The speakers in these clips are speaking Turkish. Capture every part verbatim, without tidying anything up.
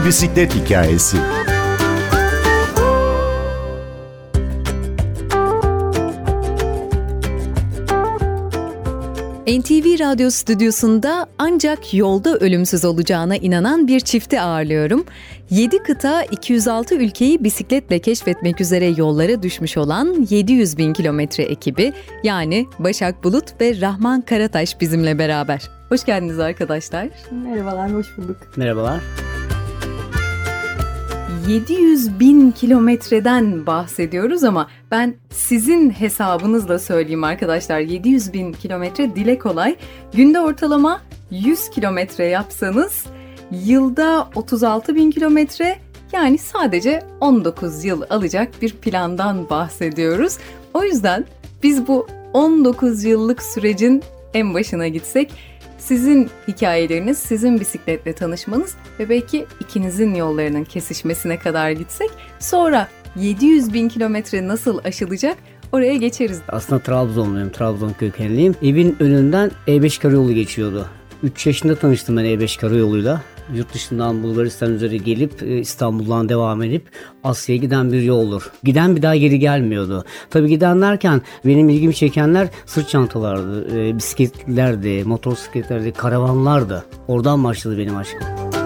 bisiklet hikayesi. N T V Radyo stüdyosunda ancak yolda ölümsüz olacağına inanan bir çifti ağırlıyorum. yedi kıta iki yüz altı ülkeyi bisikletle keşfetmek üzere yollara düşmüş olan yedi yüz bin kilometre ekibi, yani Başak Bulut ve Rahman Karataş bizimle beraber. Hoş geldiniz arkadaşlar. Merhabalar, hoş bulduk. Merhabalar. yedi yüz bin kilometreden bahsediyoruz ama ben sizin hesabınızla söyleyeyim arkadaşlar. yedi yüz bin kilometre dile kolay. Günde ortalama yüz kilometre yapsanız yılda otuz altı bin kilometre, yani sadece on dokuz yıl alacak bir plandan bahsediyoruz. O yüzden biz bu on dokuz yıllık sürecin en başına gitsek, sizin hikayeleriniz, sizin bisikletle tanışmanız ve belki ikinizin yollarının kesişmesine kadar gitsek, sonra yedi yüz bin kilometre nasıl aşılacak oraya geçeriz. Aslında Trabzonluyum, Trabzon kökenliyim. Evin önünden E beş karayolu geçiyordu. üç yaşında tanıştım ben E beş karayoluyla. Yurt dışından Bulgaristan üzeri gelip İstanbul'dan devam edip Asya'ya giden bir yoldur. Giden bir daha geri gelmiyordu. Tabii giden derken benim ilgimi çekenler sırt çantalardı, e, bisikletlerdi, motosikletlerdi, karavanlardı. Oradan başladı benim aşkım.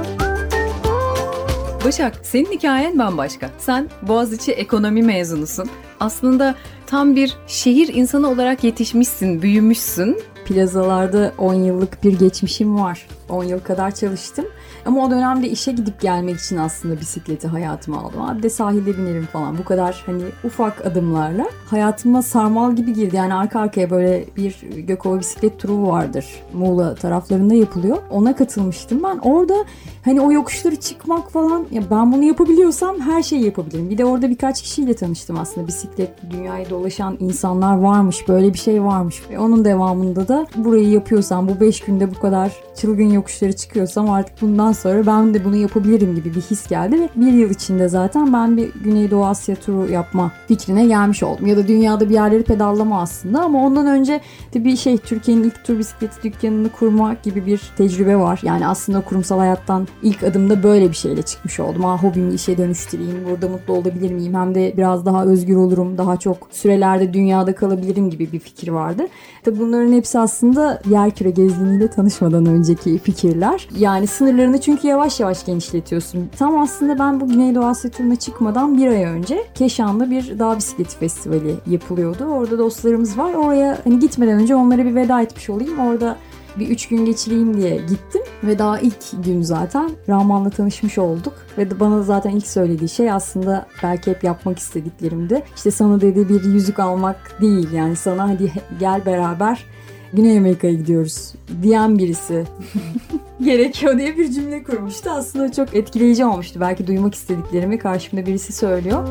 Başak, senin hikayen bambaşka. Sen Boğaziçi ekonomi mezunusun. Aslında tam bir şehir insanı olarak yetişmişsin, büyümüşsün. Plazalarda on yıllık bir geçmişim var. on yıl kadar çalıştım. Ama o dönemde işe gidip gelmek için aslında bisikleti hayatıma aldım. Abi de sahilde binelim falan. Bu kadar hani ufak adımlarla hayatıma sarmal gibi girdi. Yani arka arkaya böyle bir Gökova bisiklet turu vardır. Muğla taraflarında yapılıyor. Ona katılmıştım ben. Orada hani o yokuşları çıkmak falan, ya ben bunu yapabiliyorsam her şeyi yapabilirim. Bir de orada birkaç kişiyle tanıştım aslında. Bisiklet dünyayı dolaşan insanlar varmış. Böyle bir şey varmış. Ve onun devamında da burayı yapıyorsam, bu beş günde bu kadar çılgın yokuşları çıkıyorsam artık bundan sonra ben de bunu yapabilirim gibi bir his geldi ve bir yıl içinde zaten ben bir Güneydoğu Asya turu yapma fikrine gelmiş oldum. Ya da dünyada bir yerleri pedallama aslında, ama ondan önce de bir şey, Türkiye'nin ilk tur bisikleti dükkanını kurma gibi bir tecrübe var. Yani aslında kurumsal hayattan ilk adımda böyle bir şeyle çıkmış oldum. Ha, hobimi işe dönüştüreyim, burada mutlu olabilir miyim? Hem de biraz daha özgür olurum, daha çok sürelerde dünyada kalabilirim gibi bir fikir vardı. Tabii bunların hepsi aslında yerküre gezginiyle tanışmadan önceki fikirler. Yani sınırlarını çünkü yavaş yavaş genişletiyorsun. Tam aslında ben bu Güneydoğu Asya turuna çıkmadan bir ay önce Keşan'da bir dağ bisikleti festivali yapılıyordu. Orada dostlarımız var. Oraya hani gitmeden önce onlara bir veda etmiş olayım. Orada bir üç gün geçireyim diye gittim ve daha ilk gün zaten Rahman'la tanışmış olduk ve bana zaten ilk söylediği şey aslında belki hep yapmak istediklerimdi. İşte sana dedi bir yüzük almak değil, yani sana hadi gel beraber Güney Amerika'ya gidiyoruz diyen birisi gerekiyor diye bir cümle kurmuştu. Aslında çok etkileyici olmuştu. Belki duymak istediklerimi karşımda birisi söylüyor.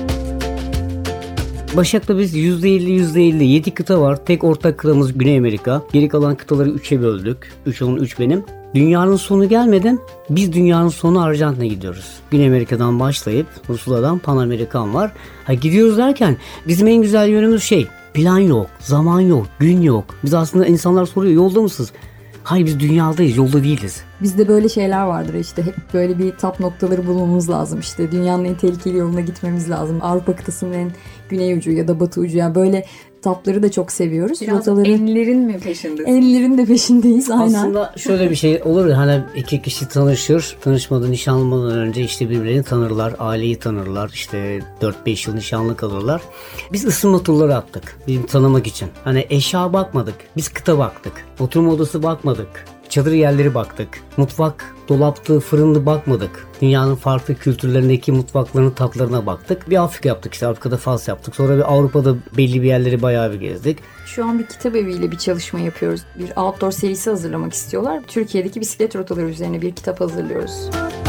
Başak'ta biz yüzde elli yüzde elli yedi kıta var. Tek ortak kıtamız Güney Amerika. Geri kalan kıtaları üçe böldük. üç onun üç benim. Dünyanın sonu gelmeden biz dünyanın sonu Arjantin'e gidiyoruz. Güney Amerika'dan başlayıp Rusya'dan Pan Amerikan var. Ha, gidiyoruz derken bizim en güzel yönümüz şey, plan yok, zaman yok, gün yok. Biz aslında, insanlar soruyor, yolda mısınız? Hayır, biz dünyadayız, yolda değiliz. Bizde böyle şeyler vardır işte, hep böyle bir tap noktaları bulmamız lazım. İşte dünyanın en tehlikeli yoluna gitmemiz lazım. Avrupa kıtasının en güney ucu ya da batı ucu, yani böyle tapları da çok seviyoruz. Biraz rotaları... enlerin mi peşindesin? Enlerin de peşindeyiz, aynen. Aslında şöyle bir şey olur ya, hani iki kişi tanışır, tanışmadan, nişanlamadan önce işte birbirlerini tanırlar, aileyi tanırlar, işte dört beş yıl nişanlı kalırlar. Biz ısınma turları attık, birbirini tanımak için. Hani eşya bakmadık, biz kıta baktık, oturma odası bakmadık, çadır yerleri baktık, mutfak, dolaptı, fırındı bakmadık. Dünyanın farklı kültürlerindeki mutfaklarının tatlarına baktık. Bir Afrika yaptık, işte Afrika'da Fas yaptık. Sonra bir Avrupa'da belli bir yerleri bayağı bir gezdik. Şu an bir kitap eviyle bir çalışma yapıyoruz. Bir outdoor serisi hazırlamak istiyorlar. Türkiye'deki bisiklet rotaları üzerine bir kitap hazırlıyoruz.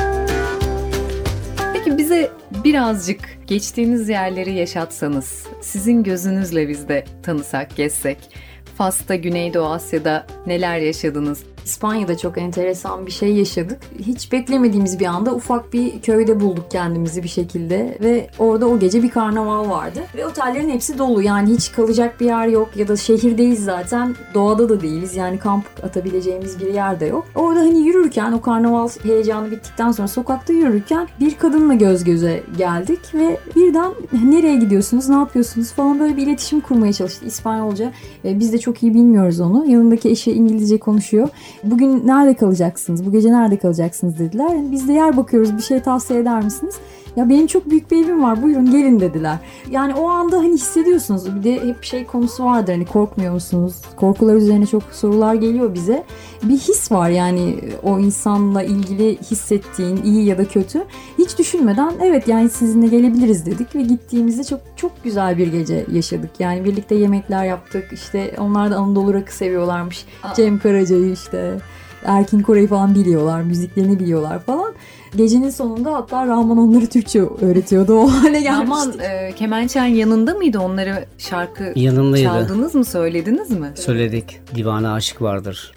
Peki bize birazcık geçtiğiniz yerleri yaşatsanız, sizin gözünüzle biz de tanısak, gezsek. Fas'ta, Güneydoğu Asya'da neler yaşadınız? İspanya'da çok enteresan bir şey yaşadık. Hiç beklemediğimiz bir anda ufak bir köyde bulduk kendimizi bir şekilde ve orada o gece bir karnaval vardı. Ve otellerin hepsi dolu, yani hiç kalacak bir yer yok ya da şehirdeyiz zaten, doğada da değiliz, yani kamp atabileceğimiz bir yer de yok. Orada hani yürürken, o karnaval heyecanı bittikten sonra sokakta yürürken bir kadınla göz göze geldik ve birden nereye gidiyorsunuz, ne yapıyorsunuz falan böyle bir iletişim kurmaya çalıştı İspanyolca. E, biz de çok iyi bilmiyoruz onu. Yanındaki eşi İngilizce konuşuyor. Bugün nerede kalacaksınız, bu gece nerede kalacaksınız dediler. Yani biz de yer bakıyoruz, bir şey tavsiye eder misiniz? Ya benim çok büyük bir evim var, buyurun gelin dediler. Yani o anda hani hissediyorsunuz. Bir de hep şey konusu vardır, hani korkmuyor musunuz? Korkular üzerine çok sorular geliyor bize. Bir his var yani o insanla ilgili hissettiğin, iyi ya da kötü. Hiç düşünmeden evet yani sizinle gelebiliriz dedik ve gittiğimizde çok çok güzel bir gece yaşadık. Yani birlikte yemekler yaptık. İşte onlar da Anadolu rock'ı seviyorlarmış. Aa. Cem Karaca'yı işte, Erkin Koray'ı falan biliyorlar, müziklerini biliyorlar falan. Gecenin sonunda hatta Rahman onları Türkçe öğretiyordu, o hale gelmiştik. Rahman e, kemençen yanında mıydı? Onları şarkı yanındaydı. Çaldınız mı, söylediniz mi? Söyledik. Divane Aşık vardır.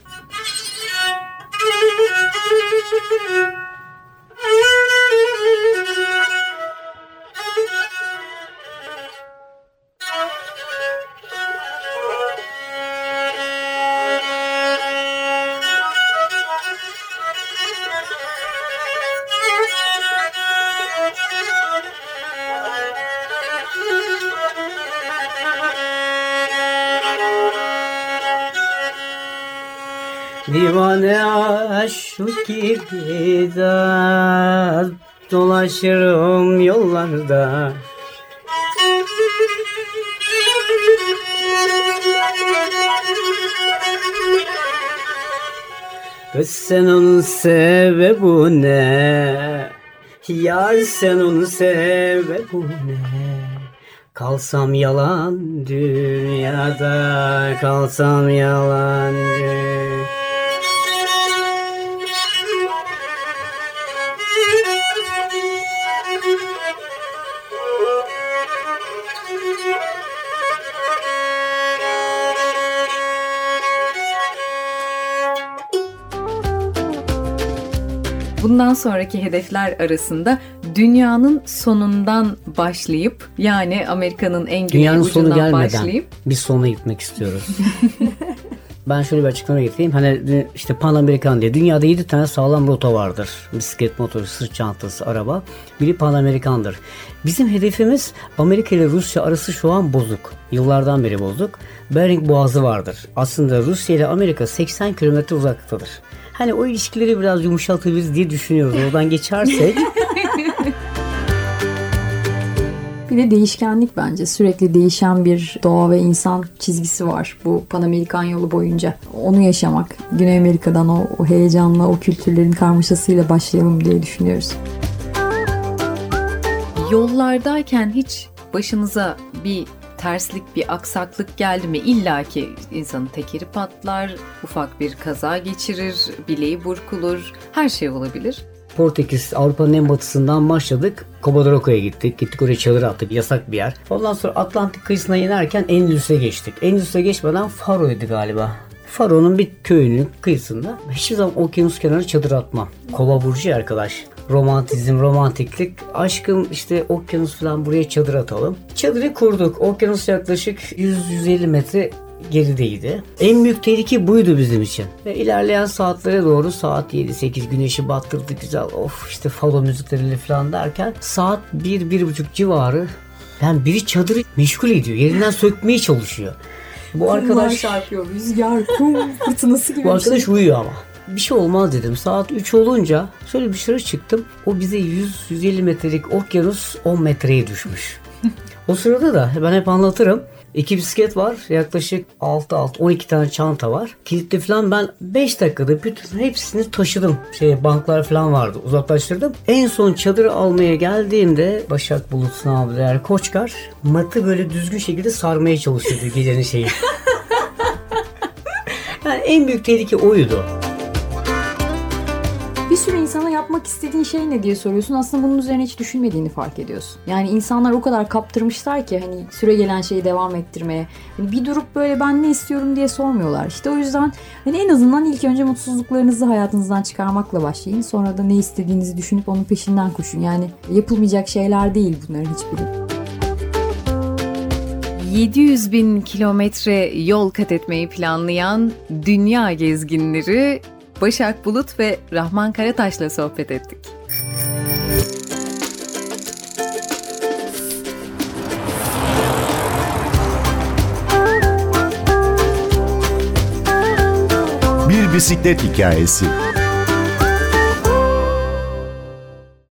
Divane aşık gibi de dolaşırım yollarda. Kız sen onu sev bu ne? Yar sen onu sev bu ne? Kalsam yalan dünyada, kalsam yalan dünyada. Bundan sonraki hedefler arasında dünyanın sonundan başlayıp, yani Amerika'nın en güney dünyanın ucundan sonu başlayıp biz sona gitmek istiyoruz. Ben şöyle bir açıklama getireyim. Hani işte Pan Amerikan diye dünyada yedi tane sağlam rota vardır. Bisiklet, motor, sırt çantası, araba. Biri Pan Amerikan'dır. Bizim hedefimiz, Amerika ile Rusya arası şu an bozuk. Yıllardan beri bozuk. Bering Boğazı vardır. Aslında Rusya ile Amerika seksen kilometre uzaktadır. Hani o ilişkileri biraz yumuşatabiliriz diye düşünüyoruz. Oradan geçersek. Bir de değişkenlik bence. Sürekli değişen bir doğa ve insan çizgisi var bu Panamerikan yolu boyunca. Onu yaşamak. Güney Amerika'dan o, o heyecanla, o kültürlerin karmaşasıyla başlayalım diye düşünüyoruz. Yollardayken hiç başınıza bir terslik, bir aksaklık geldi mi? İlla ki insanın tekeri patlar, ufak bir kaza geçirir, bileği burkulur, her şey olabilir. Portekiz, Avrupa'nın en batısından başladık. Cabo de Roco'ya gittik. Gittik oraya çadır attık. Yasak bir yer. Ondan sonra Atlantik kıyısına inerken Endülüs'e geçtik. Endülüs'e geçmeden Faro'ydu galiba. Faro'nun bir köyünün kıyısında. Hiçbir zaman okyanus kenarı çadır atmam. Kova burcu arkadaş. Romantizm, romantiklik. Aşkım işte okyanus falan, buraya çadır atalım. Çadırı kurduk. Okyanus yaklaşık yüz yüz elli metre gerideydi. En büyük tehlike buydu bizim için. Ve ilerleyen saatlere doğru, saat yedi sekiz, güneşi battırdı güzel. Of işte fado müzikleriyle falan derken saat bir bir buçuk civarı. Yani biri çadırı meşgul ediyor. Yerinden sökmeye çalışıyor. Bu Kumlar arkadaş çarpıyor. Rüzgar, kum fırtınası gibi bu arkadaş bir şey. uyuyor ama. Bir şey olmaz dedim. Saat üç olunca şöyle dışarı çıktım. O bize yüz yüz elli metrelik okyanus on metreye düşmüş. O sırada da ben hep anlatırım. İki bisiklet var. Yaklaşık altı altı on iki tane çanta var. Kilitli falan, ben beş dakikada bütün hepsini taşıdım. Şey, banklar falan vardı. Uzaklaştırdım. En son çadırı almaya geldiğimde Başak Bulut abiler, Koçkar matı böyle düzgün şekilde sarmaya çalışıyordu gecenin şeyi. Yani en büyük tehlike oydu. Bir sürü insana yapmak istediğin şey ne diye soruyorsun. Aslında bunun üzerine hiç düşünmediğini fark ediyorsun. Yani insanlar o kadar kaptırmışlar ki hani süre gelen şeyi devam ettirmeye. Yani bir durup böyle ben ne istiyorum diye sormuyorlar. İşte o yüzden hani en azından ilk önce mutsuzluklarınızı hayatınızdan çıkarmakla başlayın. Sonra da ne istediğinizi düşünüp onun peşinden koşun. Yani yapılmayacak şeyler değil bunların hiçbiri. yedi yüz bin kilometre yol kat etmeyi planlayan dünya gezginleri Başak Bulut ve Rahman Karataş'la sohbet ettik. Bir bisiklet hikayesi.